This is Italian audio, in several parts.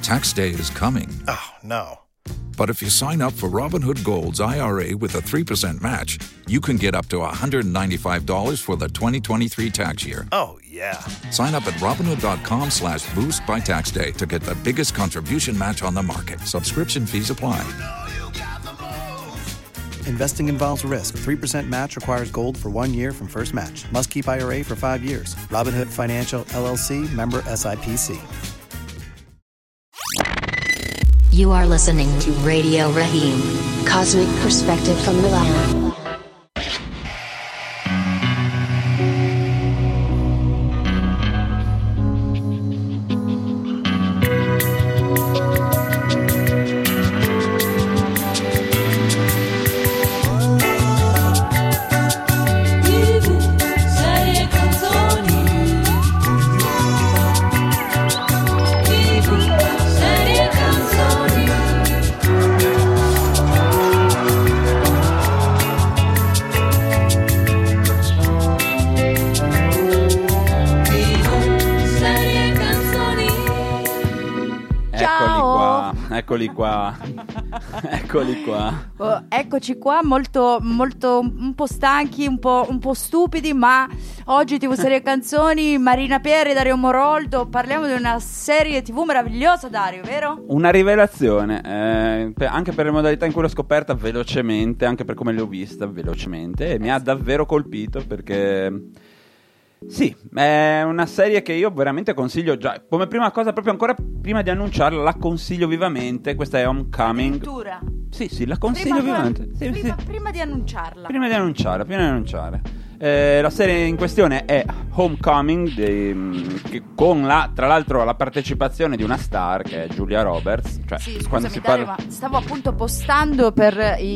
Tax day is coming. Oh, no. But if you sign up for Robinhood Gold's IRA with a 3% match, you can get up to $195 for the 2023 tax year. Oh, yeah. Sign up at Robinhood.com/boost by tax day to get the biggest contribution match on the market. Subscription fees apply. Investing involves risk. 3% match requires gold for 1 year from first match. Must keep IRA for 5 years. Robinhood Financial, LLC, member SIPC. You are listening to Radio Rahim. Cosmic Perspective from Milan. Eccoli qua. Eccoci qua, molto un po' stanchi, un po' stupidi, ma oggi TV Serie Canzoni, Marina Pieri, Dario Moroldo, parliamo di una serie TV meravigliosa, Dario, vero? Una rivelazione, anche per le modalità in cui l'ho scoperta velocemente, anche per come l'ho vista velocemente, e mi ha davvero colpito perché... Sì, è una serie che io veramente consiglio già. Come prima cosa, proprio ancora prima di annunciarla, la consiglio vivamente. Questa è Homecoming. Addirittura? Sì, la consiglio vivamente. Prima di annunciarla. Prima di annunciare. La serie in questione è Homecoming, che con tra l'altro la partecipazione di una star che è Julia Roberts. Cioè, sì, scusami Dario, ma stavo appunto postando per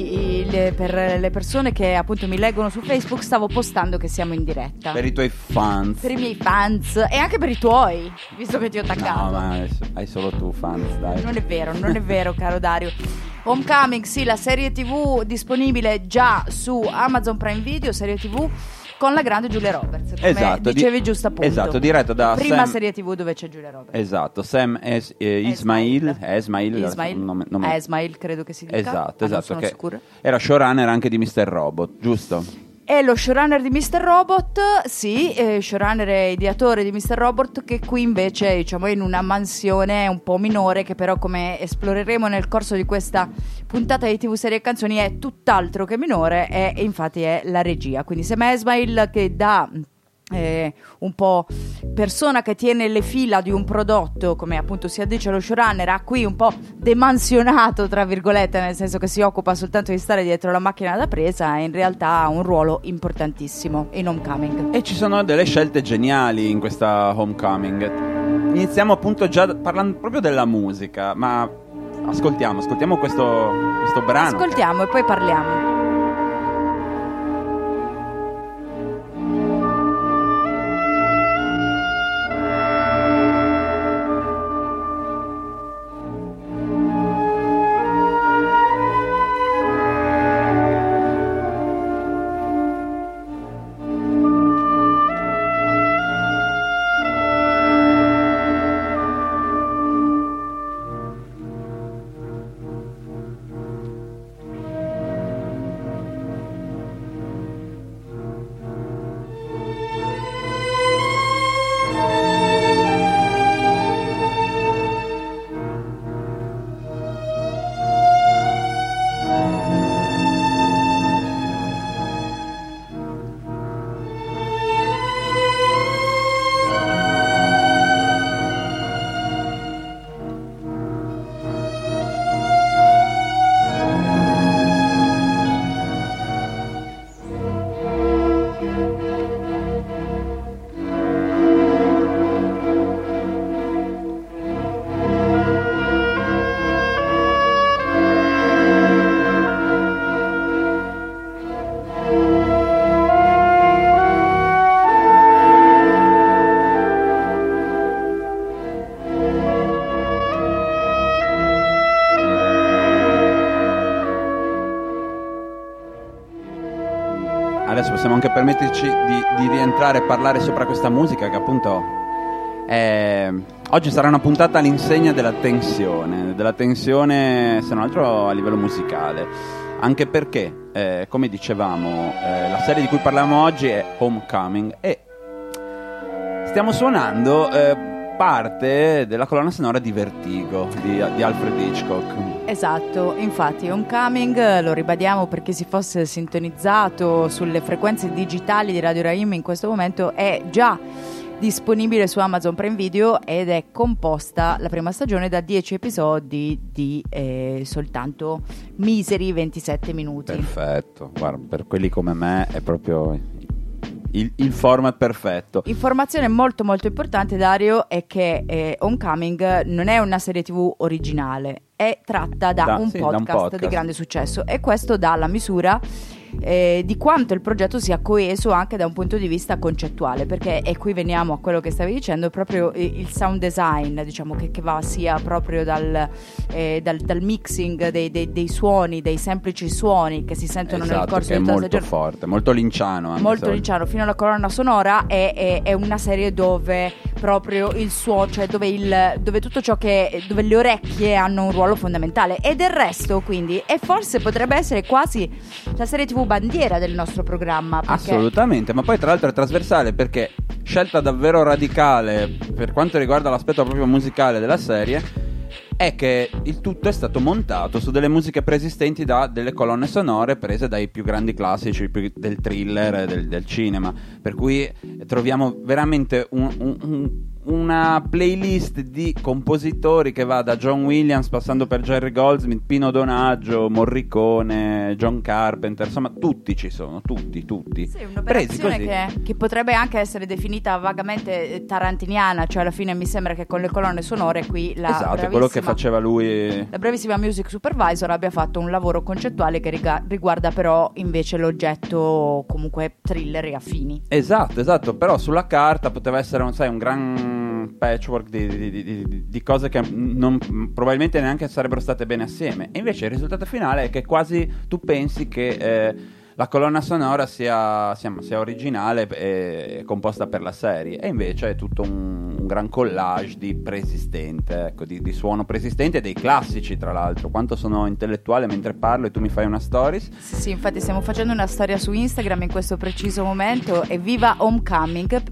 le persone che appunto mi leggono su Facebook, stavo postando che siamo in diretta. Per i tuoi fans. Per i miei fans e anche per i tuoi, visto che ti ho attaccato. No, ma hai solo tu fans, dai. Non è vero, caro Dario. Homecoming, sì, la serie TV disponibile già su Amazon Prime Video, serie TV con la grande Julia Roberts, come dicevi giusto appunto. Esatto, diretto da prima serie TV dove c'è Julia Roberts. Esatto, Sam Esmail, Esmail credo che si dica. Esatto, non sono che sicura. era showrunner anche di Mr. Robot, giusto? È lo showrunner di Mr. Robot, sì, showrunner e ideatore di Mr. Robot, che qui invece diciamo è in una mansione un po' minore, che però, come esploreremo nel corso di questa puntata di TV Serie Canzoni, è tutt'altro che minore, e infatti è la regia. Quindi Sam Esmail, che dà un po' persona che tiene le fila di un prodotto, come appunto si addice lo showrunner, ha qui un po' demansionato tra virgolette, nel senso che si occupa soltanto di stare dietro la macchina da presa, e in realtà ha un ruolo importantissimo in Homecoming. E ci sono delle scelte geniali in questa Homecoming. Iniziamo appunto già parlando proprio della musica, ma ascoltiamo questo brano. Ascoltiamo e poi parliamo. Adesso possiamo anche permetterci di rientrare e parlare sopra questa musica che appunto è Oggi sarà una puntata all'insegna della tensione se non altro a livello musicale, anche perché, come dicevamo, la serie di cui parliamo oggi è Homecoming e stiamo suonando parte della colonna sonora di Vertigo di Alfred Hitchcock. Esatto, infatti Homecoming, lo ribadiamo per chi si fosse sintonizzato sulle frequenze digitali di Radio Rahim, in questo momento è già disponibile su Amazon Prime Video ed è composta, la prima stagione, da 10 episodi di soltanto miseri 27 minuti. Perfetto, guarda, per quelli come me è proprio il format perfetto. Informazione molto molto importante, Dario, è che Homecoming non è una serie TV originale, è tratta da un podcast di grande successo, e questo dà la misura di quanto il progetto sia coeso anche da un punto di vista concettuale, perché, e qui veniamo a quello che stavi dicendo, proprio il sound design, diciamo, che va sia proprio dal mixing dei suoni, dei semplici suoni che si sentono nel corso di tutta la stagione. Molto forte, molto linciano anche, molto linciano, fino alla colonna sonora. È una serie dove proprio il suono, cioè dove tutto ciò dove le orecchie hanno un ruolo fondamentale, e del resto quindi, e forse potrebbe essere quasi la serie TV bandiera del nostro programma, perché... Assolutamente, ma poi tra l'altro è trasversale, perché scelta davvero radicale per quanto riguarda l'aspetto proprio musicale della serie è che il tutto è stato montato su delle musiche preesistenti da delle colonne sonore prese dai più grandi classici del thriller del cinema, per cui troviamo veramente una playlist di compositori che va da John Williams passando per Jerry Goldsmith, Pino Donaggio, Morricone, John Carpenter, insomma tutti ci sono, tutti. Sì, un'operazione che potrebbe anche essere definita vagamente tarantiniana, cioè alla fine mi sembra che con le colonne sonore qui esatto, quello che faceva lui, la bravissima music supervisor, abbia fatto un lavoro concettuale che riguarda però invece l'oggetto comunque thriller e affini. Esatto, però sulla carta poteva essere un gran patchwork di cose che probabilmente neanche sarebbero state bene assieme, e invece il risultato finale è che quasi tu pensi che la colonna sonora sia originale e composta per la serie, e invece è tutto un gran collage di preesistente, ecco, di suono preesistente e dei classici, tra l'altro. Quanto sono intellettuale mentre parlo e tu mi fai una stories. Sì, infatti stiamo facendo una storia su Instagram in questo preciso momento, e viva Homecoming,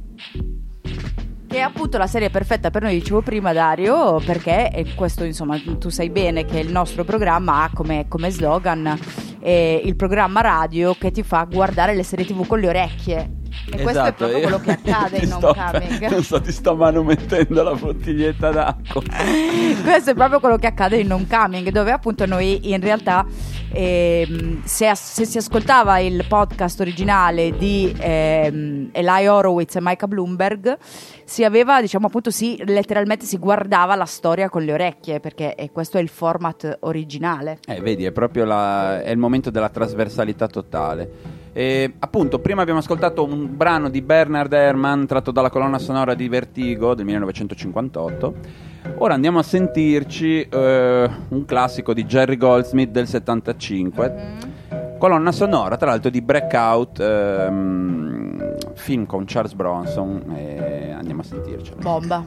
che è appunto la serie perfetta per noi, dicevo prima, Dario, perché questo, insomma, tu sai bene che il nostro programma ha come slogan il programma radio che ti fa guardare le serie TV con le orecchie. E questo è proprio quello che accade in Homecoming. Ti sto manomettendo la bottiglietta d'acqua. Questo è proprio quello che accade in Homecoming, dove appunto noi in realtà se si ascoltava il podcast originale di Eli Horowitz e Micah Bloomberg, si aveva, diciamo, appunto, letteralmente si guardava la storia con le orecchie, perché questo è il format originale. Vedi, è proprio è il momento della trasversalità totale. E appunto prima abbiamo ascoltato un brano di Bernard Herrmann tratto dalla colonna sonora di Vertigo del 1958. Ora andiamo a sentirci un classico di Jerry Goldsmith del 75, colonna sonora tra l'altro di Breakout, film con Charles Bronson, e andiamo a sentircelo. Bomba.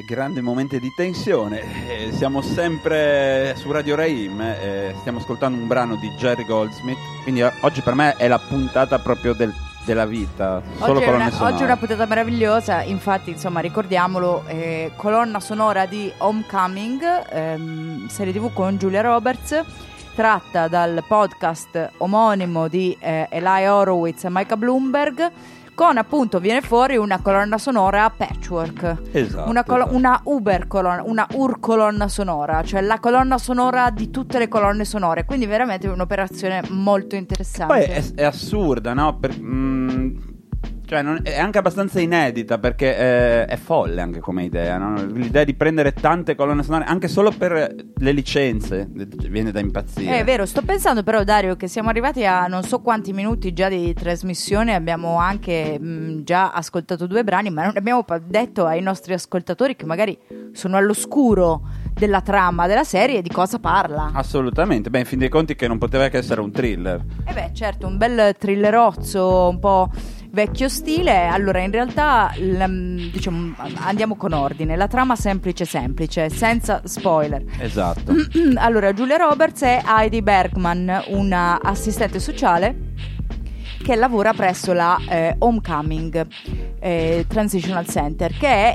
grandi momenti di tensione. Siamo sempre su Radio Rahim, stiamo ascoltando un brano di Jerry Goldsmith, quindi oggi per me è la puntata proprio della vita, solo colonne sonore. Oggi è una puntata meravigliosa, infatti insomma ricordiamolo, colonna sonora di Homecoming, serie TV con Julia Roberts, tratta dal podcast omonimo di Eli Horowitz e Micah Bloomberg, con appunto viene fuori una colonna sonora patchwork, esatto, una colonna sonora, cioè la colonna sonora di tutte le colonne sonore, quindi veramente un'operazione molto interessante. Poi è assurda, no? Cioè è anche abbastanza inedita, perché è folle anche come idea, no? L'idea di prendere tante colonne sonore anche solo per le licenze viene da impazzire. È vero, sto pensando però, Dario, che siamo arrivati a non so quanti minuti già di trasmissione, abbiamo anche già ascoltato 2 brani, ma non abbiamo detto ai nostri ascoltatori, che magari sono all'oscuro della trama della serie, di cosa parla. Assolutamente, in fin dei conti che non poteva che essere un thriller. Certo, un bel thrillerozzo un po' vecchio stile. Allora, in realtà diciamo, andiamo con ordine. La trama semplice, senza spoiler. Esatto. Allora, Julia Roberts è Heidi Bergman, una assistente sociale che lavora presso la Homecoming Transitional Center, che è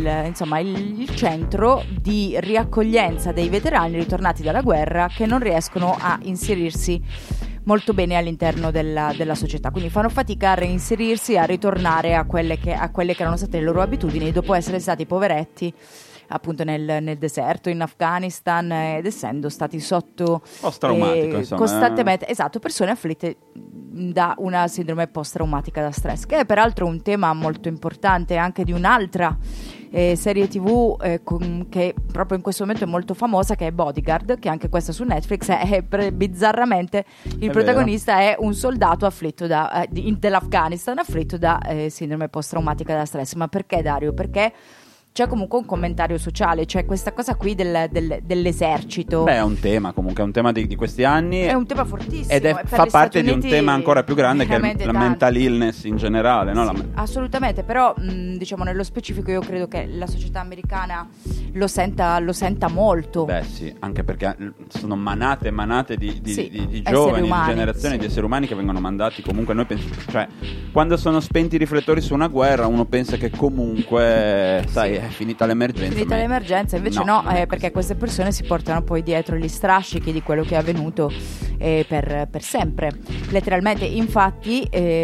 il centro di riaccoglienza dei veterani ritornati dalla guerra che non riescono a inserirsi molto bene all'interno della società, quindi fanno fatica a reinserirsi, a ritornare a quelle che erano state le loro abitudini dopo essere stati poveretti appunto nel deserto in Afghanistan, ed essendo stati sotto post-traumatico, costantemente, esatto, persone afflitte da una sindrome post-traumatica da stress, che è peraltro un tema molto importante anche di un'altra serie TV che proprio in questo momento è molto famosa, che è Bodyguard, che anche questa su Netflix bizzarramente il protagonista è un soldato afflitto dell'Afghanistan, afflitto da sindrome post-traumatica da stress. Ma perché, Dario? Perché c'è comunque un commentario sociale, c'è questa cosa qui dell'esercito. È un tema di questi anni. È un tema fortissimo. Ed fa parte di un tema ancora più grande, che è la mental illness in generale, no? Sì, assolutamente, però diciamo nello specifico io credo che la società americana lo senta molto. Beh sì, anche perché sono manate di umani, giovani, di generazioni di esseri umani che vengono mandati comunque. Noi cioè, quando sono spenti i riflettori su una guerra, uno pensa che comunque, sai, è finita l'emergenza. Invece no, perché queste persone si portano poi dietro gli strascichi di quello che è avvenuto per sempre, letteralmente. Infatti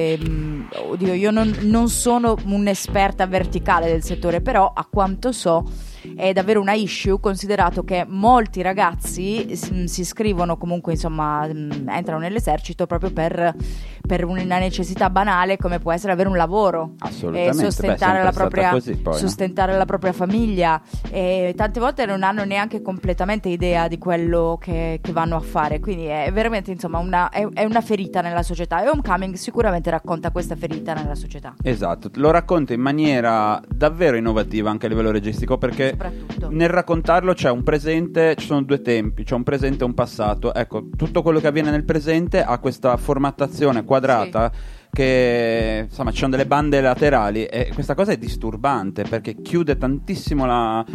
io non sono un'esperta verticale del settore, però a quanto so è davvero una issue, considerato che molti ragazzi si iscrivono, comunque insomma entrano nell'esercito proprio per una necessità banale come può essere avere un lavoro, sostentare la propria famiglia, e tante volte non hanno neanche completamente idea di quello che vanno a fare, quindi è veramente insomma è una ferita nella società, e Homecoming sicuramente racconta questa ferita nella società. Esatto, lo racconta in maniera davvero innovativa anche a livello registico, perché nel raccontarlo c'è un presente, ci sono 2 tempi, c'è un presente e un passato. Ecco, tutto quello che avviene nel presente ha questa formattazione quadrata, che insomma ci sono delle bande laterali, e questa cosa è disturbante perché chiude tantissimo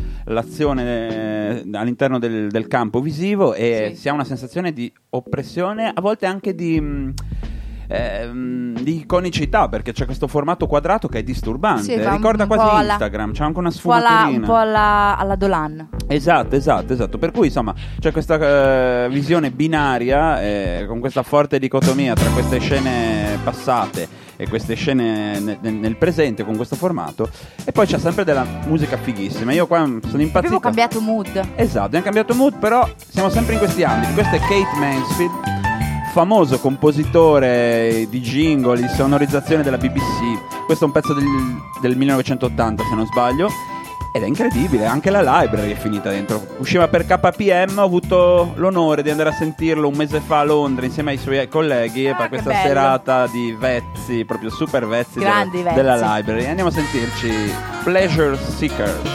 l'azione all'interno del campo visivo, e si ha una sensazione di oppressione, a volte anche di iconicità, perché c'è questo formato quadrato che è disturbante, ricorda quasi Instagram, c'è anche una sfumaturina un po' alla Dolan. Esatto, per cui insomma c'è questa visione binaria, con questa forte dicotomia tra queste scene passate e queste scene nel presente, con questo formato, e poi c'è sempre della musica fighissima. Io qua sono impazzito. Abbiamo cambiato mood. Esatto, abbiamo cambiato mood, però siamo sempre in questi ambiti. Questo è Kate Mansfield, famoso compositore di jingle, di sonorizzazione della BBC. Questo è un pezzo del 1980, se non sbaglio, ed è incredibile. Anche la Library è finita dentro. Usciva per KPM, ho avuto l'onore di andare a sentirlo un mese fa a Londra insieme ai suoi colleghi, per questa serata di vezzi, proprio super vezzi della Library. Andiamo a sentirci Pleasure Seekers.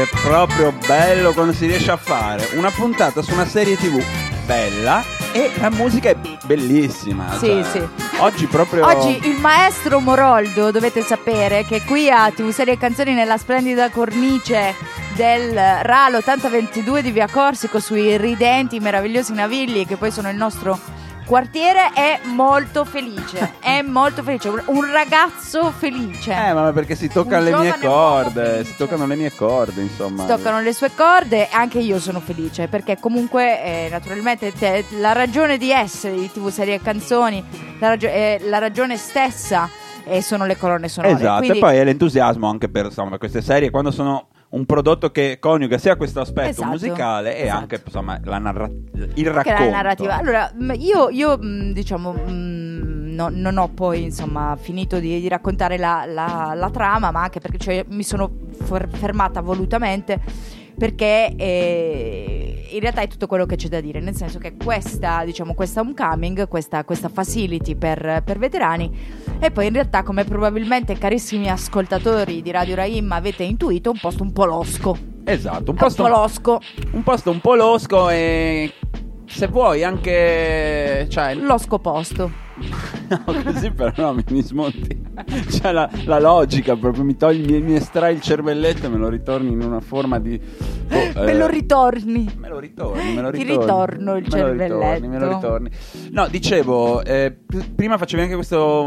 è proprio bello quando si riesce a fare una puntata su una serie TV bella e la musica è bellissima. Sì, cioè, sì. Oggi proprio... Oggi il maestro Moroldo, dovete sapere che qui a TV Serie e Canzoni, nella splendida cornice del RAL 8022 di Via Corsico, sui ridenti meravigliosi Navigli, che poi sono il nostro quartiere, è molto felice. È molto felice, un ragazzo felice. ma perché si toccano Un le mie giovane uomo corde, felice. si toccano le mie corde, insomma. Si toccano le sue corde, anche io sono felice, perché comunque naturalmente la ragione di essere di TV Serie e Canzoni, la ragione stessa sono le colonne sonore. Esatto, Quindi, e poi è l'entusiasmo anche per, insomma, queste serie, quando sono un prodotto che coniuga sia questo aspetto Esatto, musicale e esatto. anche, insomma, il che racconto. la narrativa. Allora, io diciamo non ho poi insomma finito di raccontare la trama, ma anche perché mi sono fermata volutamente, perché in realtà è tutto quello che c'è da dire, nel senso che questa homecoming, questa facility per veterani, e poi in realtà, come probabilmente carissimi ascoltatori di Radio Rahim avete intuito, un posto un po' losco. Esatto, Un po' losco. Un posto un po' losco e, se vuoi, anche... cioè, Losco posto. no, così però no, mi smonti. C'è la logica, proprio mi estrai il cervelletto e me lo ritorni in una forma di... Me lo ritorni. Me lo ritorni. Ti ritorno il cervelletto. Me lo ritorni. No, dicevo, prima facevi anche questo...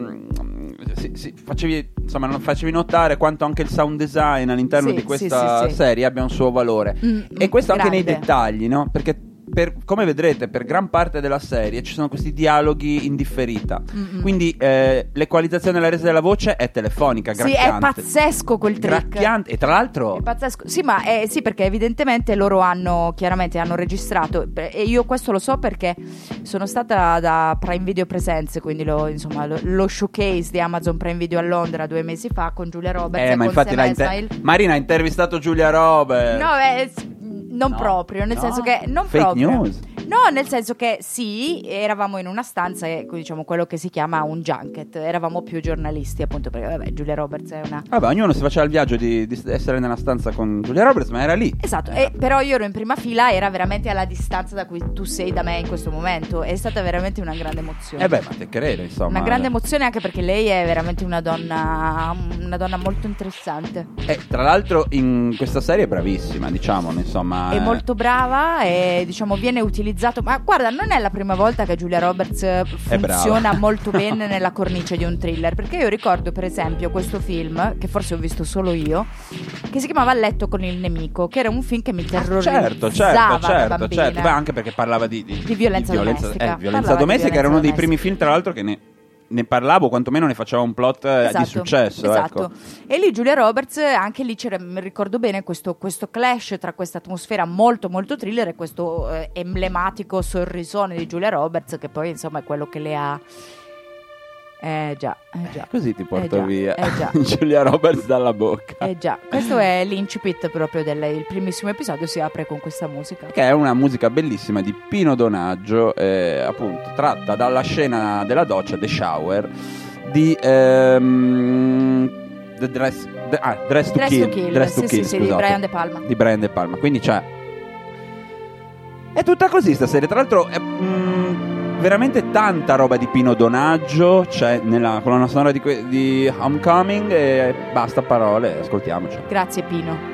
non facevi notare quanto anche il sound design all'interno Sì, di questa sì. serie abbia un suo valore. E questo anche nei grande. dettagli, no? Perché come vedrete, per gran parte della serie ci sono questi dialoghi in differita. Quindi l'equalizzazione e la resa della voce è telefonica, Sì, è pazzesco quel trick. Gracchiante. E tra l'altro... È pazzesco. Sì, ma sì, perché evidentemente loro hanno registrato, e io questo lo so perché sono stata da Prime Video Presents, quindi lo showcase di Amazon Prime Video a Londra 2 mesi fa con Giulia Roberts e ma con infatti Sam Esmail. Marina ha intervistato Giulia Roberts. No, non No, proprio, nel no. senso che non Fake proprio. news. No, nel senso che sì, eravamo in una stanza, diciamo quello che si chiama un junket, eravamo più giornalisti, appunto, perché vabbè, Giulia Roberts è una... Vabbè, ognuno si faceva il viaggio di essere nella stanza con Giulia Roberts, ma era lì. Esatto, però io ero in prima fila, era veramente alla distanza da cui tu sei da me in questo momento, è stata veramente una grande emozione. Ma te credo, insomma. Una grande emozione, anche perché lei è veramente una donna molto interessante. Tra l'altro in questa serie è bravissima, diciamo, insomma. È molto brava e diciamo viene utilizzato. Ma guarda, non è la prima volta che Giulia Roberts funziona molto bene nella cornice di un thriller, perché io ricordo per esempio questo film, che forse ho visto solo io, che si chiamava A letto con il nemico, che era un film che mi terrorizzava da bambina. Certo. Beh, anche perché parlava di violenza domestica. Violenza domestica era uno dei primi film, tra l'altro, che ne parlavo, quantomeno ne faceva un plot di successo. Esatto. Ecco. E lì Giulia Roberts, anche lì c'era, mi ricordo bene, questo clash tra questa atmosfera molto molto thriller e questo emblematico sorrisone di Giulia Roberts, che poi insomma è quello che le ha... già. Così ti porto via già. Giulia Roberts dalla bocca. Già, questo è l'incipit proprio del primissimo episodio, si apre con questa musica. Che è una musica bellissima di Pino Donaggio, appunto tratta dalla scena della doccia, The Shower, di Dress to Kill, sì, di Brian De Palma. Di Brian De Palma. Quindi è tutta così sta serie. Tra l'altro veramente tanta roba di Pino Donaggio c'è nella colonna sonora di Homecoming, e basta parole, ascoltiamoci. Grazie Pino.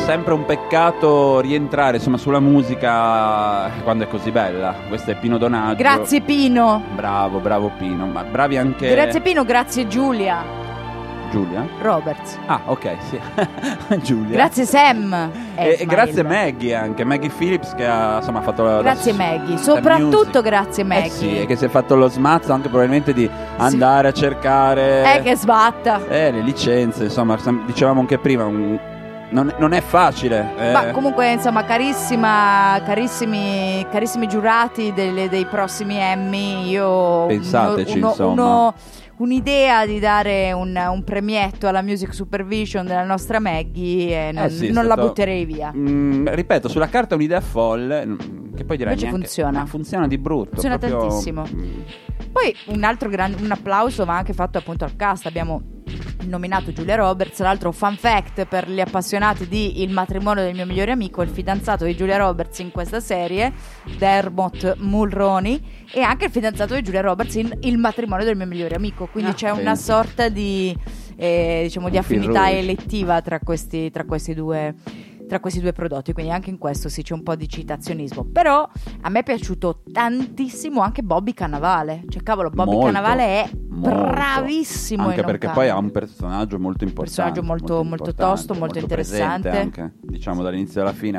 sempre un peccato rientrare insomma sulla musica quando è così bella. Questo è Pino Donaggio. Grazie Pino. Bravo Pino, ma bravi anche... Grazie Pino, grazie Giulia Roberts. Ah, ok, sì. Giulia. Grazie Sam. E grazie Maggie anche, Maggie Phillips che ha insomma fatto grazie Maggie, soprattutto grazie Maggie. Sì, e che si è fatto lo smazzo anche probabilmente di andare a cercare che sbatta le licenze, insomma, dicevamo anche prima non è facile. Ma comunque insomma carissimi giurati dei prossimi Emmy, io pensateci insomma un'idea di dare un premietto alla Music Supervision della nostra Maggie e non la butterei via. Ripeto, sulla carta è un'idea folle che poi direi invece funziona di brutto, funziona tantissimo. Poi un applauso va anche fatto appunto al cast. Abbiamo nominato Julia Roberts, l'altro fun fact per gli appassionati di Il matrimonio del mio migliore amico: il fidanzato di Julia Roberts in questa serie, Dermot Mulroney, e anche il fidanzato di Julia Roberts in Il matrimonio del mio migliore amico, quindi c'è una sorta di diciamo di affinità elettiva tra questi due prodotti, quindi anche in questo sì c'è un po' di citazionismo. Però a me è piaciuto tantissimo anche Bobby Cannavale, cioè cavolo, Bobby Cannavale è bravissimo, anche perché poi ha un personaggio molto importante, molto tosto, molto interessante anche, diciamo, dall'inizio alla fine.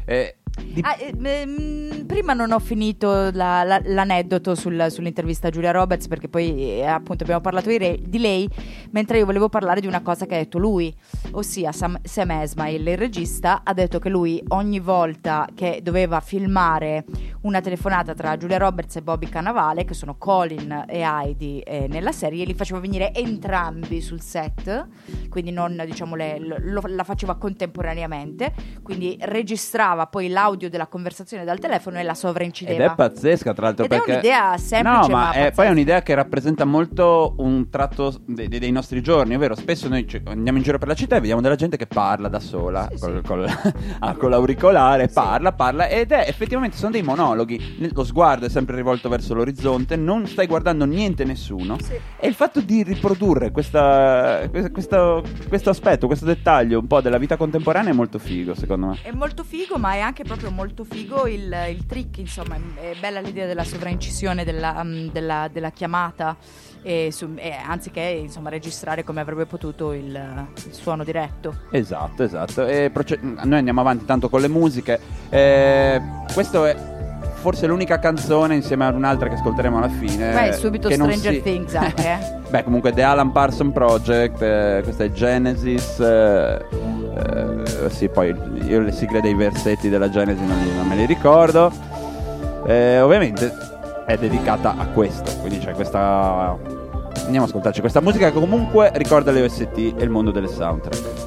Prima non ho finito l'aneddoto sull'intervista a Julia Roberts, perché poi appunto abbiamo parlato di lei, mentre io volevo parlare di una cosa che ha detto lui, ossia Sam Esmail, il regista, ha detto che lui ogni volta che doveva filmare una telefonata tra Julia Roberts e Bobby Cannavale, che sono Colin e Heidi nella serie, li faceva venire entrambi sul set, quindi non diciamo la faceva contemporaneamente, quindi registrava poi l'audio della conversazione dal telefono e la sovraincideva. Ed è pazzesca, tra l'altro, perché è un'idea semplice, ma pazzesca. poi è un'idea che rappresenta molto un tratto dei nostri giorni, ovvero spesso noi andiamo in giro per la città e vediamo della gente che parla da sola con l'auricolare, parla, ed è effettivamente sono dei monologhi, lo sguardo è sempre rivolto verso l'orizzonte, non stai guardando niente, nessuno, e il fatto di riprodurre questo aspetto, questo dettaglio un po' della vita contemporanea è molto figo, secondo me. È molto figo, ma è anche proprio molto figo il trick, insomma, è bella l'idea della sovraincisione della chiamata, anziché insomma registrare come avrebbe potuto il suono diretto. Esatto. E noi andiamo avanti tanto con le musiche. Questo è forse l'unica canzone insieme ad un'altra che ascolteremo alla fine. Subito che Stranger Things anche. Comunque The Alan Parsons Project, questa è Genesis. Sì, poi io le sigle dei versetti della Genesis non me li ricordo. Ovviamente è dedicata a questo, quindi c'è questa. Andiamo a ascoltarci questa musica che comunque ricorda le OST e il mondo delle soundtrack.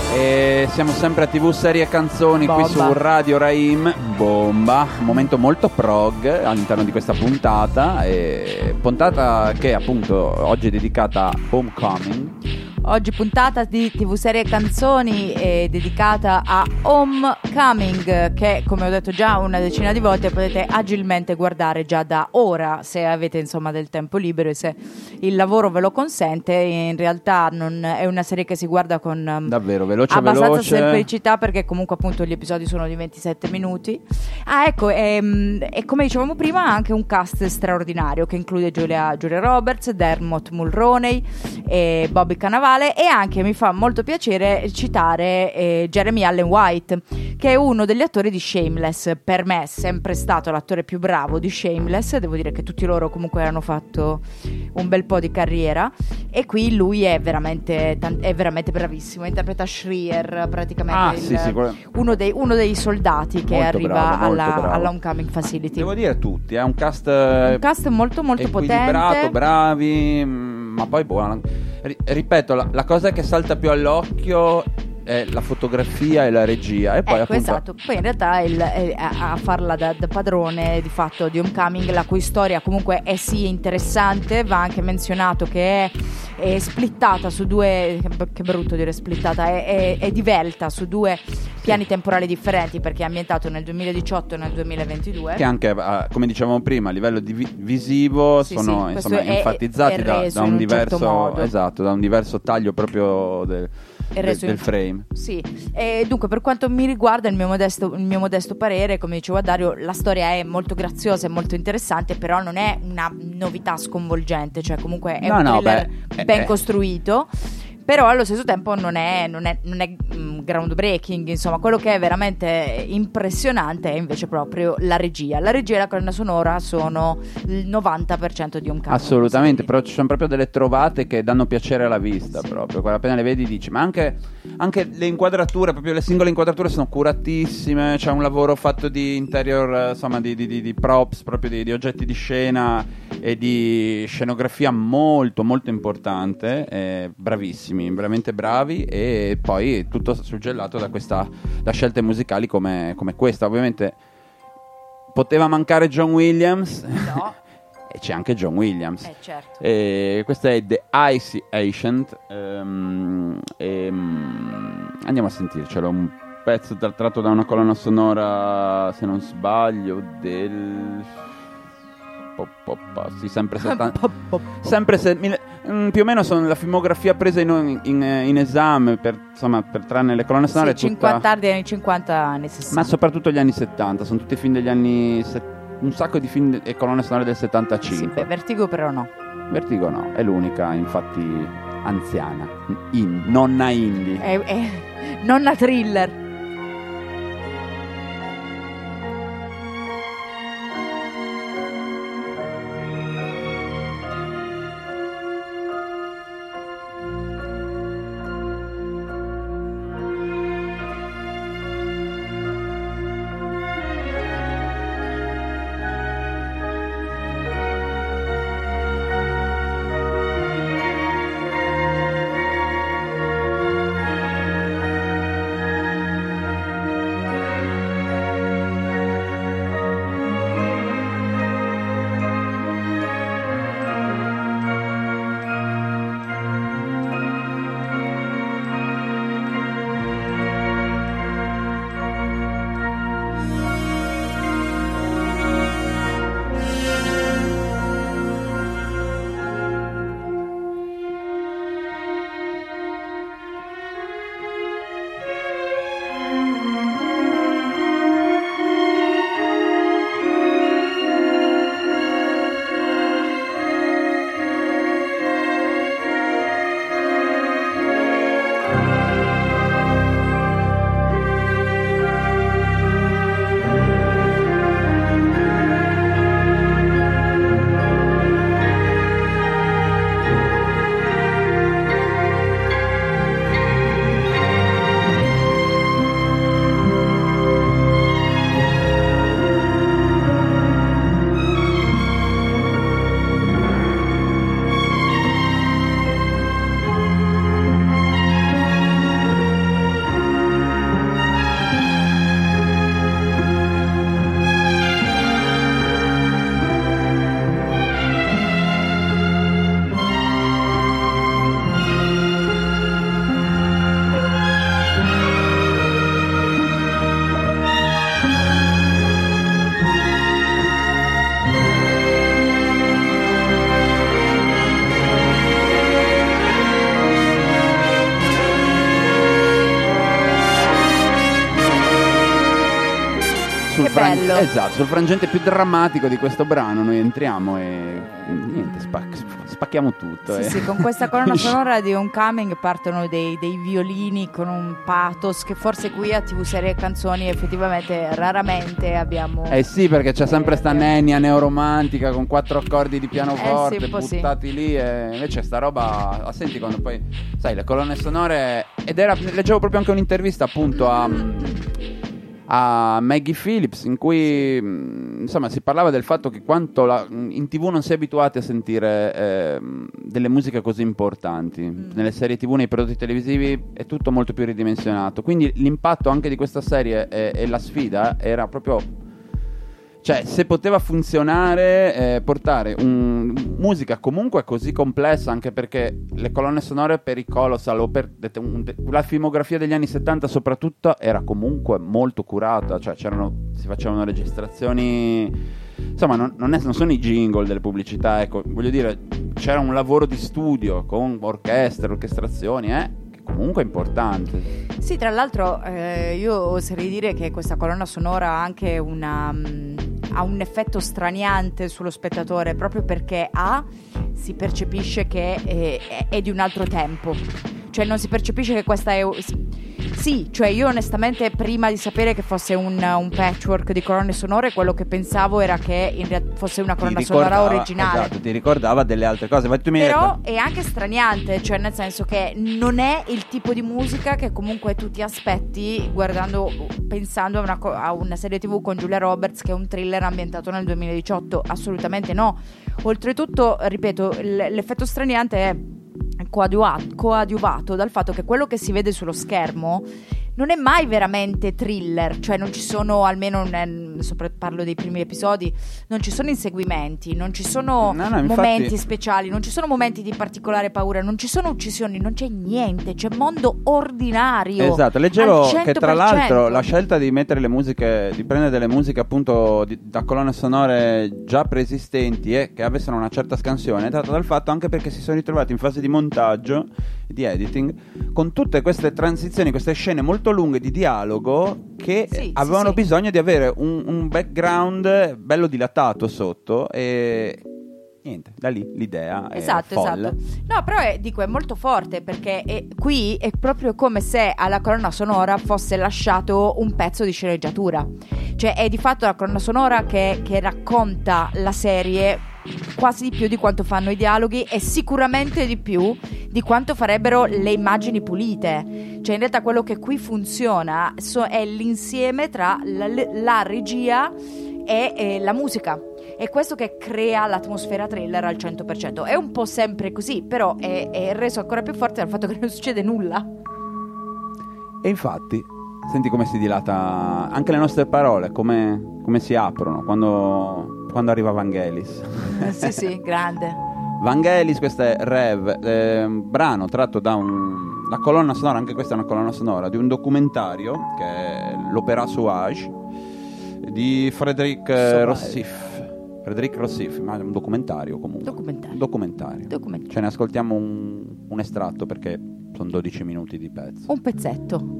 E siamo sempre a TV Serie Canzoni qui su Radio Rahim. Bomba, un momento molto prog all'interno di questa puntata, puntata che appunto oggi è dedicata a Homecoming. Oggi puntata di TV Serie Canzoni è dedicata a Homecoming, che come ho detto già una decina di volte potete agilmente guardare già da ora, se avete insomma del tempo libero e se il lavoro ve lo consente. In realtà non è una serie che si guarda con davvero veloce, abbastanza semplicità, perché comunque appunto gli episodi sono di 27 minuti. Ecco, e come dicevamo prima ha anche un cast straordinario che include Julia Roberts, Dermot Mulroney e Bobby Cannavale. E anche mi fa molto piacere citare Jeremy Allen White, che è uno degli attori di Shameless. Per me è sempre stato l'attore più bravo di Shameless. Devo dire che tutti loro comunque hanno fatto un bel po' di carriera, e qui lui è veramente bravissimo. Interpreta Schreier, praticamente uno dei soldati che molto arriva bravo. alla Homecoming Facility. Devo dire tutti, è un cast molto molto equilibrato, potente, bravi, ma poi buono. Ripeto, la cosa che salta più all'occhio è la fotografia e la regia, e poi appunto esatto. Poi in realtà a farla da padrone di fatto di Homecoming, la cui storia comunque è sì interessante. Va anche menzionato che è splittata su due, che brutto dire splittata, è divelta su due piani temporali differenti, perché è ambientato nel 2018 e nel 2022, che anche come dicevamo prima a livello visivo sono insomma enfatizzati da un diverso certo esatto, da un diverso taglio proprio del frame. Sì, e dunque per quanto mi riguarda, il mio modesto parere, come dicevo a Dario, la storia è molto graziosa e molto interessante, però non è una novità sconvolgente, cioè comunque è un thriller ben costruito. Però allo stesso tempo non è groundbreaking, insomma. Quello che è veramente impressionante è invece proprio la regia e la colonna sonora sono il 90% di Homecoming. Assolutamente, però ci sono proprio delle trovate che danno piacere alla vista, proprio appena le vedi dici, ma anche le inquadrature, proprio le singole inquadrature sono curatissime, c'è un lavoro fatto di interior, insomma di props, proprio di oggetti di scena e di scenografia molto molto importante, bravissimi, veramente bravi, e poi tutto suggellato da scelte musicali come questa. Ovviamente poteva mancare John Williams, no. E c'è anche John Williams, certo. E questa è The Icy Ancient, andiamo a sentircelo, un pezzo tratto da una colonna sonora, se non sbaglio, del sì, sempre 70 più o meno sono la filmografia presa in esame per tranne le colonne sonore, sì, 50 anni 50 anni 60, ma soprattutto gli anni 70, sono tutti film degli anni un sacco di film e colonne sonore del 75. Sì, Vertigo però no. Vertigo no, è l'unica infatti anziana, nonna indie, è nonna thriller. bello. Esatto, sul frangente più drammatico di questo brano noi entriamo e niente, spacchiamo tutto. Sì, con questa colonna sonora di Homecoming partono dei violini con un pathos che forse qui a TV Serie e Canzoni effettivamente raramente abbiamo. Sì, perché c'è sempre sta nenia neoromantica con 4 accordi di pianoforte sì, buttati lì, e invece sta roba la senti quando poi, sai, le colonne sonore. Leggevo proprio anche un'intervista appunto a Maggie Phillips in cui insomma si parlava del fatto che quanto in TV non si è abituati a sentire delle musiche così importanti. Nelle serie TV, nei prodotti televisivi è tutto molto più ridimensionato, quindi l'impatto anche di questa serie e la sfida era proprio, cioè, se poteva funzionare, portare musica comunque così complessa, anche perché le colonne sonore per i Colossal o per la filmografia degli anni 70 soprattutto era comunque molto curata, cioè si facevano registrazioni, insomma non sono i jingle delle pubblicità, ecco, voglio dire, c'era un lavoro di studio con orchestrazioni, che comunque è importante. Sì, tra l'altro io oserei dire che questa colonna sonora ha anche ha un effetto straniante sullo spettatore, proprio perché si percepisce che è di un altro tempo, cioè non si percepisce che questa è. Sì, cioè io onestamente prima di sapere che fosse un patchwork di colonne sonore, quello che pensavo era che fosse una colonna sonora originale. Esatto, ti ricordava delle altre cose. Ma tu però è anche straniante, cioè nel senso che non è il tipo di musica che comunque tu ti aspetti pensando a una serie TV con Julia Roberts che è un thriller ambientato nel 2018, assolutamente no. Oltretutto, ripeto, l'effetto straniante è coadiuvato dal fatto che quello che si vede sullo schermo non è mai veramente thriller, cioè non ci sono, almeno parlo dei primi episodi, non ci sono inseguimenti, non ci sono momenti speciali, non ci sono momenti di particolare paura, non ci sono uccisioni, non c'è niente, c'è mondo ordinario. Esatto, leggevo che tra l'altro la scelta di mettere le musiche, di prendere delle musiche appunto da colonne sonore già preesistenti e che avessero una certa scansione è data dal fatto anche perché si sono ritrovati in fase di montaggio, di editing, con tutte queste transizioni, queste scene molto lunghe di dialogo che avevano bisogno di avere un background bello dilatato sotto e niente, da lì l'idea è folle. No, però è molto forte perché qui è proprio come se alla colonna sonora fosse lasciato un pezzo di sceneggiatura, cioè è di fatto la colonna sonora che racconta la serie quasi di più di quanto fanno i dialoghi e sicuramente di più di quanto farebbero le immagini pulite. Cioè in realtà quello che qui funziona è l'insieme tra la regia e la musica. È questo che crea l'atmosfera thriller al 100%. È un po' sempre così, però è reso ancora più forte dal fatto che non succede nulla. E infatti, senti come si dilata anche le nostre parole, come si aprono quando arriva Vangelis. Sì, grande. Vangelis, questo è Rev, brano tratto da la colonna sonora, anche questa è una colonna sonora, di un documentario che è l'Opéra Sauvage di Frédéric Rossif, ma è un documentario comunque. Documentario. Ce ne ascoltiamo un estratto perché sono 12 minuti di pezzo. Un pezzetto.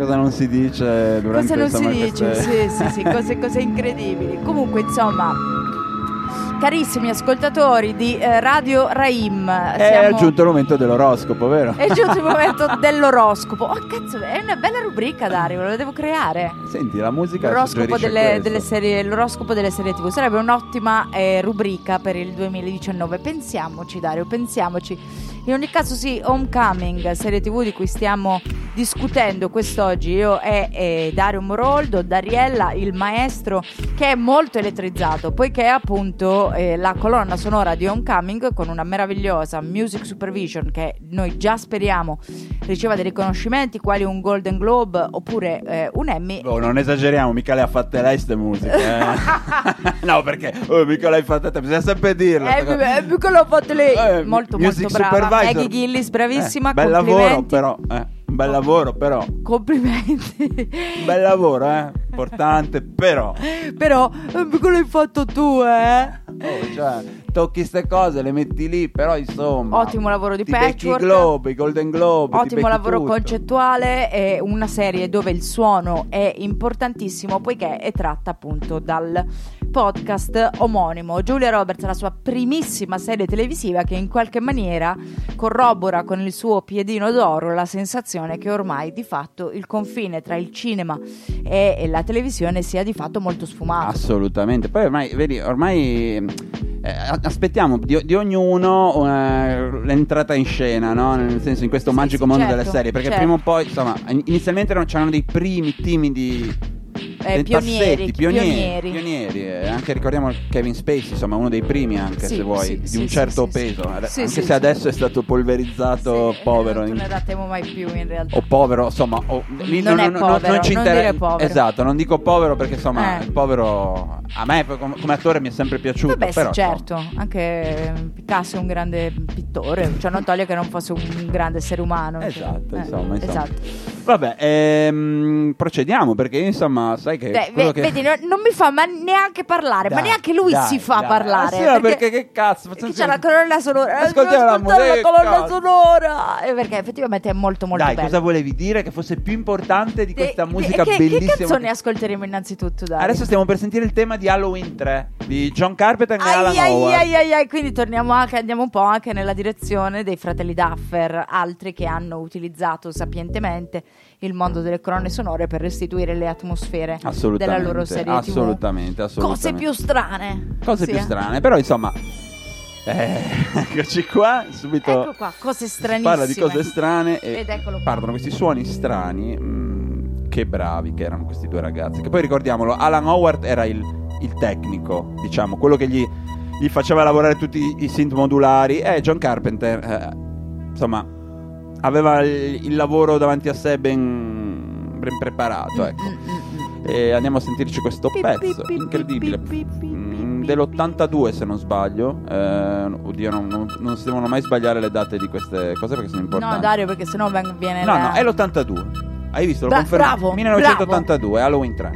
cosa non si dice durante Cosa non si insomma, dice? queste- Sì, cose incredibili. Comunque, insomma, carissimi ascoltatori di Radio Raim, È giunto il momento dell'oroscopo, vero? è giunto il momento dell'oroscopo. Oh, cazzo, è una bella rubrica, Dario, la devo creare. Senti, la musica L'oroscopo suggerisce delle questo. serie, l'oroscopo delle serie TV sarebbe un'ottima rubrica per il 2019. Pensiamoci, Dario, pensiamoci. In ogni caso, sì, Homecoming, serie TV di cui stiamo discutendo quest'oggi. Io e Dario Moroldo, Dariella, il maestro, che è molto elettrizzato, poiché appunto la colonna sonora di Homecoming, con una meravigliosa music supervision che noi già speriamo riceva dei riconoscimenti quali un Golden Globe oppure un Emmy. Oh, non esageriamo, mica le ha fatte lei ste musiche. No, perché mica l'hai fatta te, bisogna sempre dirlo. Mica l'ho fatto lei. Molto music brava. supervisor. Maggie Gillis, bravissima. Bel lavoro complimenti. però, un bel lavoro però. Complimenti. Un bel lavoro, importante, però. Però mica l'hai fatto tu, Oh, cioè, tocchi ste cose, le metti lì, però insomma. Ottimo lavoro di ti becchi patchwork. i Globe, i Golden Globe. ti Ottimo becchi lavoro tutto. concettuale. È una serie dove il suono è importantissimo, poiché è tratta appunto dal podcast omonimo. Julia Roberts, la sua primissima serie televisiva, che in qualche maniera corrobora con il suo piedino d'oro la sensazione che ormai di fatto il confine tra il cinema e la televisione sia di fatto molto sfumato. Assolutamente. Poi ormai, vedi, aspettiamo di ognuno l'entrata in scena, no? Nel senso, in questo Sì, magico sì, mondo certo, delle serie, perché certo. prima o poi, insomma, inizialmente c'erano dei primi timidi Pionieri. pionieri. Anche ricordiamo Kevin Spacey, insomma, uno dei primi, anche Sì, se vuoi, sì, di sì, un sì, certo sì, peso, sì. anche Sì, se sì, adesso è stato polverizzato, Sì, povero, non ne dattemo mai più in realtà. o povero, insomma, lì Non è povero, ci non interessa. dire povero. Esatto, non dico povero perché insomma il Eh. povero a me come attore mi è sempre piaciuto. Vabbè, però, sì, certo, anche Picasso è un grande pittore, cioè non toglie che non fosse un grande essere umano. Esatto, cioè, insomma. esatto. Vabbè, procediamo perché insomma, sai che quello che Vedi, non mi fa ma neanche parlare, ma Dai, neanche lui dai, si fa dai. parlare. Sì, ma perché che cazzo? Perché c'è la colonna sonora. Ascoltiamo la ascoltare musica. la colonna sonora. Perché effettivamente è molto molto Dai, bella. cosa volevi dire che fosse più importante di questa musica che bellissima? Che canzone ascolteremo innanzitutto, Dario? Adesso stiamo per sentire il tema di Halloween 3 di John Carpenter e Alan Howard. Ai, quindi andiamo un po' anche nella direzione dei fratelli Duffer, altri che hanno utilizzato sapientemente il mondo delle colonne sonore per restituire le atmosfere della loro serie TV. Assolutamente. Cose più strane. Cose Sì, più strane, però insomma eccoci qua, subito Ecco qua, cose si stranissime. parla di cose strane e Ed eccolo qua. partono questi suoni strani. Che bravi che erano questi due ragazzi, che poi ricordiamolo, Alan Howard era il tecnico, diciamo, quello che gli faceva lavorare tutti i synth modulari, e John Carpenter insomma aveva il lavoro davanti a sé ben preparato, ecco. E andiamo a sentirci questo pezzo incredibile dell'82 se non sbaglio. Oddio, non si devono mai sbagliare le date di queste cose perché sono importanti. No, Dario, perché sennò viene No, è l'82. Hai visto? Lo confermo. Bravo, 1982, Halloween 3.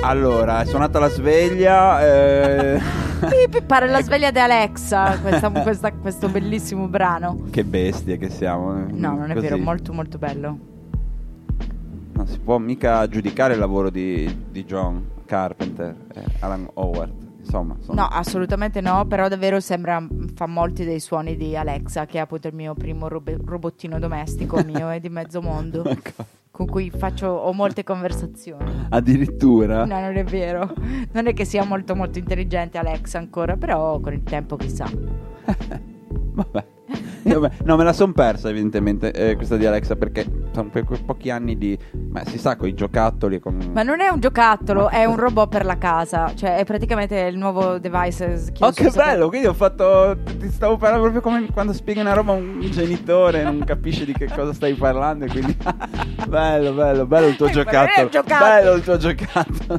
Allora, è suonata la sveglia. Pare la sveglia di Alexa, questo bellissimo brano. Che bestie che siamo. No, non è Così. vero, molto molto bello. Non si può mica giudicare il lavoro di John Carpenter e Alan Howard. Insomma, No, assolutamente no, però davvero fa molti dei suoni di Alexa, che è appunto il mio primo robottino domestico mio e di mezzo mondo, con cui ho molte conversazioni. Addirittura? No, non è vero. Non è che sia molto molto intelligente Alexa ancora, però con il tempo chissà. Vabbè. No, me la son persa evidentemente questa di Alexa, perché sono pochi anni di... Ma si sa, con i giocattoli Ma non è un giocattolo, è un robot per la casa. Cioè è praticamente il nuovo device che bello, quindi ti stavo parlando proprio come quando spieghi una roba a un genitore, non capisce di che cosa stai parlando, e quindi bello il tuo giocattolo. Bello il tuo giocattolo.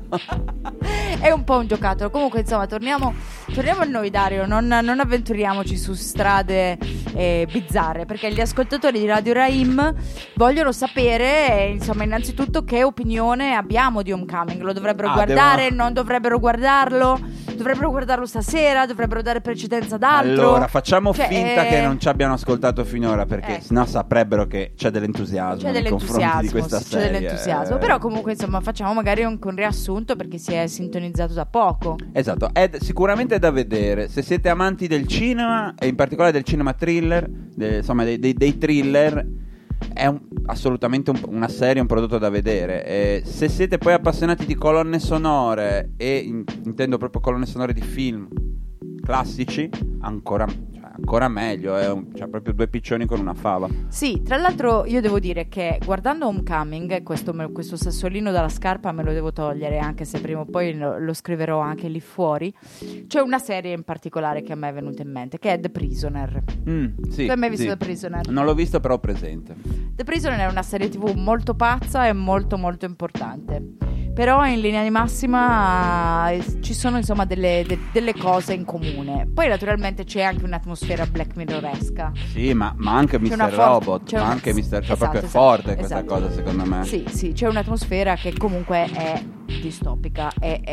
È un po' un giocattolo. Comunque insomma torniamo a noi, Dario. Non avventuriamoci su strade bizzarre, perché gli ascoltatori di Radio Rahim vogliono sapere insomma innanzitutto che opinione abbiamo di Homecoming. Lo dovrebbero guardare? Non dovrebbero guardarlo? Dovrebbero guardarlo stasera? Dovrebbero dare precedenza ad altro? Allora facciamo finta che non ci abbiano ascoltato finora, perché sennò saprebbero che c'è dell'entusiasmo nei confronti di questa serie. C'è dell'entusiasmo, però comunque insomma facciamo magari un riassunto, perché si è sintonizzato da poco. Esatto, è sicuramente da vedere se siete amanti del cinema, e in particolare del cinema thriller, insomma dei thriller. È assolutamente una serie, un prodotto da vedere. Se siete poi appassionati di colonne sonore, e intendo proprio colonne sonore di film classici, ancora meglio. Cioè proprio due piccioni con una fava. Sì, tra l'altro io devo dire che guardando Homecoming, questo sassolino dalla scarpa me lo devo togliere, anche se prima o poi lo scriverò anche lì fuori. C'è una serie in particolare che a me è venuta in mente, che è The Prisoner. Sì, tu hai mai visto sì. The Prisoner? Non l'ho visto, però ho presente. The Prisoner è una serie TV molto pazza e molto molto importante, però in linea di massima ci sono insomma delle cose in comune. Poi naturalmente c'è anche un'atmosfera Black Mirroresca. Sì, ma anche C'è Mr. Robot, ma anche Mr. Cioè proprio è forte questa cosa, secondo me. Sì, c'è un'atmosfera che comunque è distopica.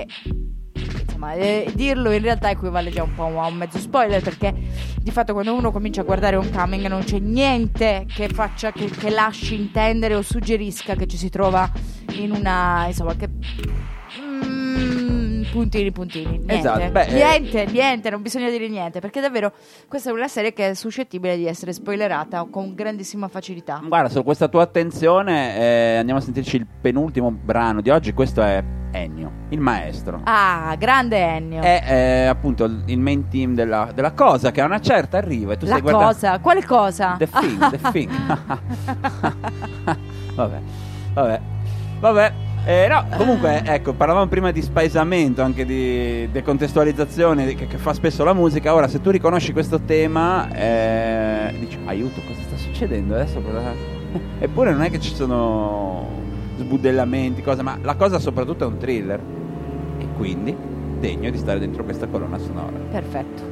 Insomma, dirlo in realtà equivale già un po' a un mezzo spoiler, perché di fatto quando uno comincia a guardare Homecoming non c'è niente che faccia che lasci intendere o suggerisca che ci si trova in una, insomma, che puntini niente. Esatto, niente, non bisogna dire niente, perché davvero questa è una serie che è suscettibile di essere spoilerata con grandissima facilità. Guarda, su questa tua attenzione andiamo a sentirci il penultimo brano di oggi. Questo è Ennio, il maestro. Ah, grande Ennio. È appunto il main team della cosa, che a una certa arriva e tu stai guardando. Cosa? Quale cosa? The Thing. Vabbè. No, comunque, ecco, parlavamo prima di spaesamento, anche di decontestualizzazione che fa spesso la musica. Ora, se tu riconosci questo tema, dici, aiuto, cosa sta succedendo adesso? Eppure non è che ci sono sbudellamenti, cose, ma la cosa soprattutto è un thriller, e quindi degno di stare dentro questa colonna sonora. Perfetto.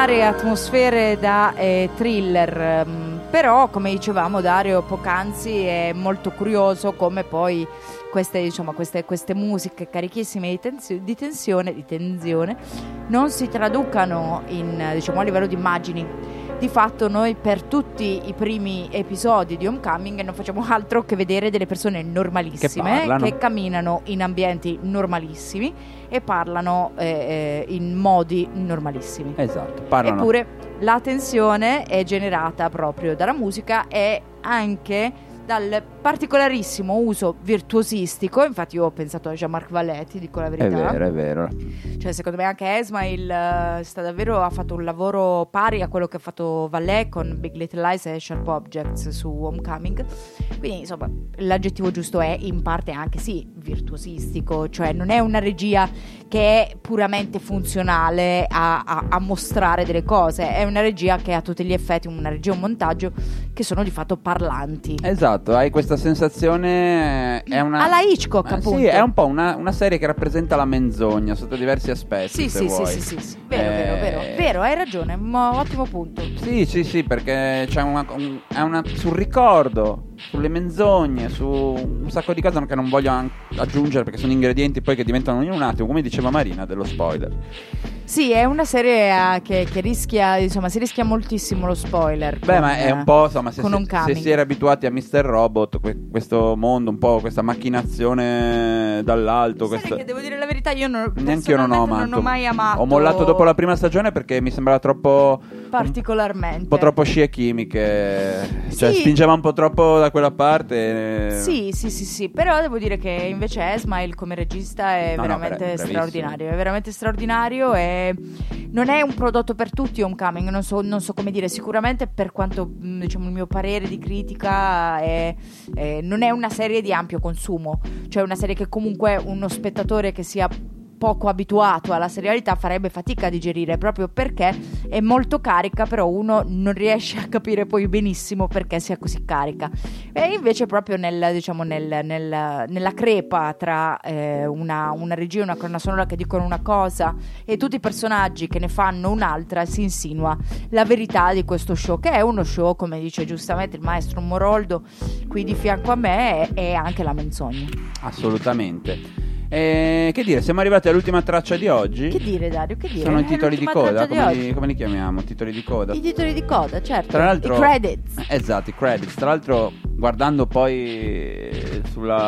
straordinarie atmosfere da thriller, però come dicevamo Dario poc'anzi è molto curioso come poi queste musiche carichissime di tensione non si traducano in, diciamo, a livello di immagini. Di fatto noi per tutti i primi episodi di Homecoming non facciamo altro che vedere delle persone normalissime che camminano in ambienti normalissimi e parlano in modi normalissimi. Esatto, parlano. Eppure la tensione è generata proprio dalla musica e anche dal particolarissimo uso virtuosistico. Infatti io ho pensato a Jean-Marc Vallée, dico la verità. È vero. Cioè secondo me anche Esmail ha fatto un lavoro pari a quello che ha fatto Vallée con Big Little Lies e Sharp Objects su Homecoming. Quindi insomma l'aggettivo giusto è in parte anche sì virtuosistico, cioè non è una regia che è puramente funzionale a mostrare delle cose, è una regia che ha a tutti gli effetti, una regia e un montaggio che sono di fatto parlanti. Esatto, hai questa sensazione, è una... alla Hitchcock, appunto. Sì, è un po' una serie che rappresenta la menzogna sotto diversi aspetti. Sì. Vero, hai ragione, ottimo punto. Sì, perché c'è sul ricordo, sulle menzogne, su un sacco di cose che non voglio aggiungere perché sono ingredienti poi che diventano in un attimo, come diceva Marina, dello spoiler. Sì, è una serie che rischia, insomma, si rischia moltissimo lo spoiler. Ma è un po', insomma, se si era abituati a Mr. Robot, questo mondo, un po' questa macchinazione dall'alto. Che devo dire la verità, io non ho mai amato. Ho mollato dopo la prima stagione perché mi sembrava troppo... particolarmente. Un po' troppo scie chimiche. Cioè, spingeva un po' troppo da quella parte. Sì, però devo dire che invece Esmail come regista è veramente straordinario. È veramente straordinario e non è un prodotto per tutti Homecoming, non so come dire, sicuramente per quanto diciamo il mio parere di critica non è una serie di ampio consumo, cioè una serie che comunque uno spettatore che sia poco abituato alla serialità farebbe fatica a digerire, proprio perché è molto carica, però uno non riesce a capire poi benissimo perché sia così carica. E invece proprio nella crepa tra una regia e una colonna sonora che dicono una cosa e tutti i personaggi che ne fanno un'altra, si insinua la verità di questo show, che è uno show, come dice giustamente il maestro Moroldo qui di fianco a me, è anche la menzogna. Assolutamente. Che dire, siamo arrivati all'ultima traccia di oggi. Che dire, Dario? Che dire? Sono i titoli di coda, come li chiamiamo? Titoli di coda. I titoli di coda, certo. Tra l'altro, i credits. Esatto, i credits. Tra l'altro, guardando poi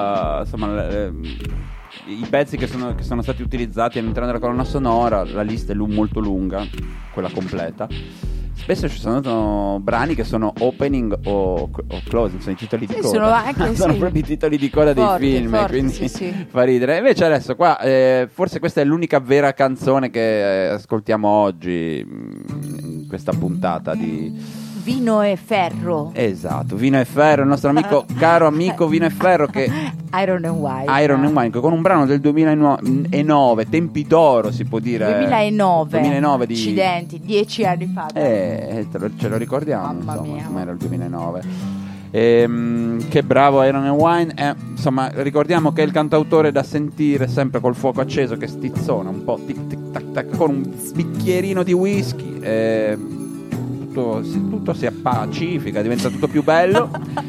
i pezzi che sono stati utilizzati all'interno della colonna sonora, la lista è molto lunga, quella completa. Spesso ci sono brani che sono opening o closing, sono i titoli di coda. Sono proprio i titoli di coda dei film, quindi fa ridere. Invece adesso qua, forse questa è l'unica vera canzone che ascoltiamo oggi in questa puntata di Vino e Ferro. Esatto, Vino e Ferro, il nostro caro amico Vino e Ferro, che Iron and Wine, con un brano del 2009, tempi d'oro si può dire. 2009 accidenti, 10 anni fa. Ce lo ricordiamo, mamma mia, come era il 2009. Che bravo Iron and Wine. Insomma, ricordiamo che è il cantautore da sentire sempre col fuoco acceso, che stizzona un po' tic tic tac tac con un bicchierino di whisky. Tutto si appacifica, diventa tutto più bello.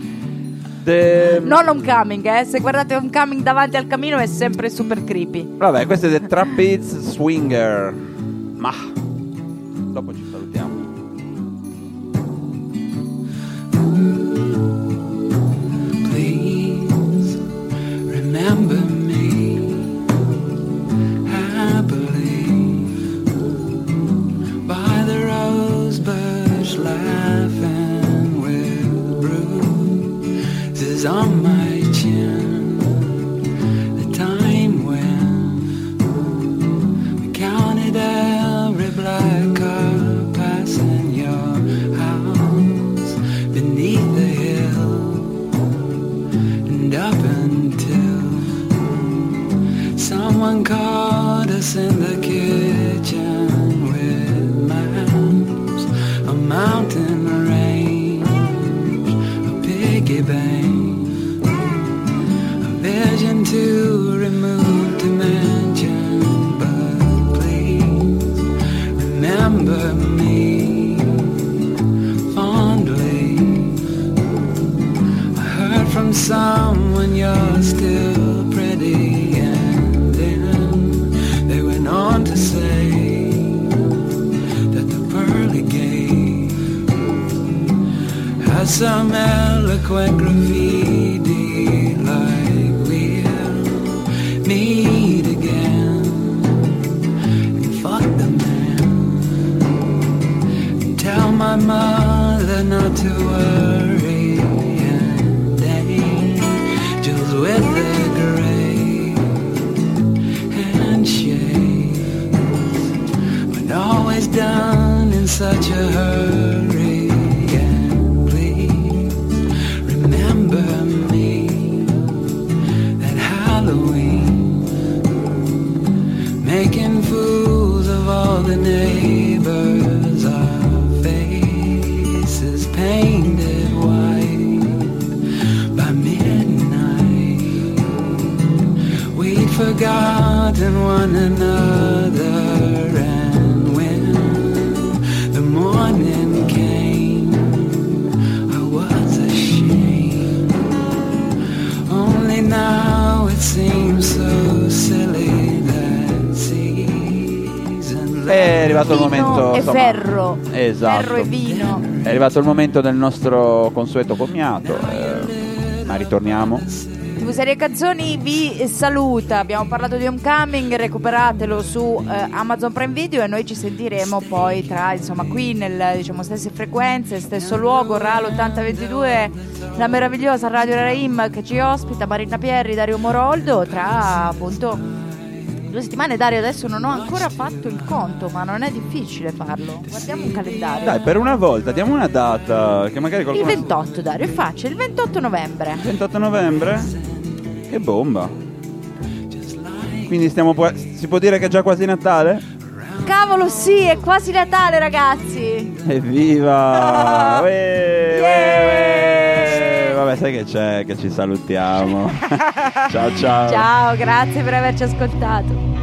Non Homecoming, se guardate Homecoming davanti al camino è sempre super creepy. Vabbè, questo è The Trapeze Swinger. Ma dopo ci salutiamo. Please remember me, I believe by the rosebud laughing with bruises on my chin, the time when we counted every black car passing your house beneath the hill, and up until someone caught us in the kitchen with maps, a mountain range, a piggy bank, a vision to remove dimension. But please remember me. some eloquent graffiti like we'll meet again and fuck the man and tell my mother not to worry and angels with their great handshakes when always done in such a hurry. Making fools of all the neighbors, our faces painted white. By midnight, we'd forgotten one another, and when the morning came, I was ashamed. Only now it seems so silly. È arrivato il momento. E insomma, ferro. Esatto. Ferro e vino. È arrivato il momento del nostro consueto commiato. Ma ritorniamo. TV Serie Canzoni vi saluta. Abbiamo parlato di Homecoming, recuperatelo su Amazon Prime Video e noi ci sentiremo poi tra, insomma, qui nel, diciamo, stesse frequenze, stesso luogo, RAL 8022, la meravigliosa Radio Rahim che ci ospita, Marina Pierri, Dario Moroldo, tra appunto 2 settimane. Dario, adesso non ho ancora fatto il conto, ma non è difficile farlo. Guardiamo un calendario. Dai, per una volta diamo una data che magari qualcuno... Il 28, Dario, è facile, il 28 novembre. 28 novembre? Che bomba. Quindi si può dire che è già quasi Natale? Cavolo, sì, è quasi Natale, ragazzi. Evviva! Yeah! Vabbè, sai che c'è, che ci salutiamo. Ciao ciao. Ciao, grazie per averci ascoltato.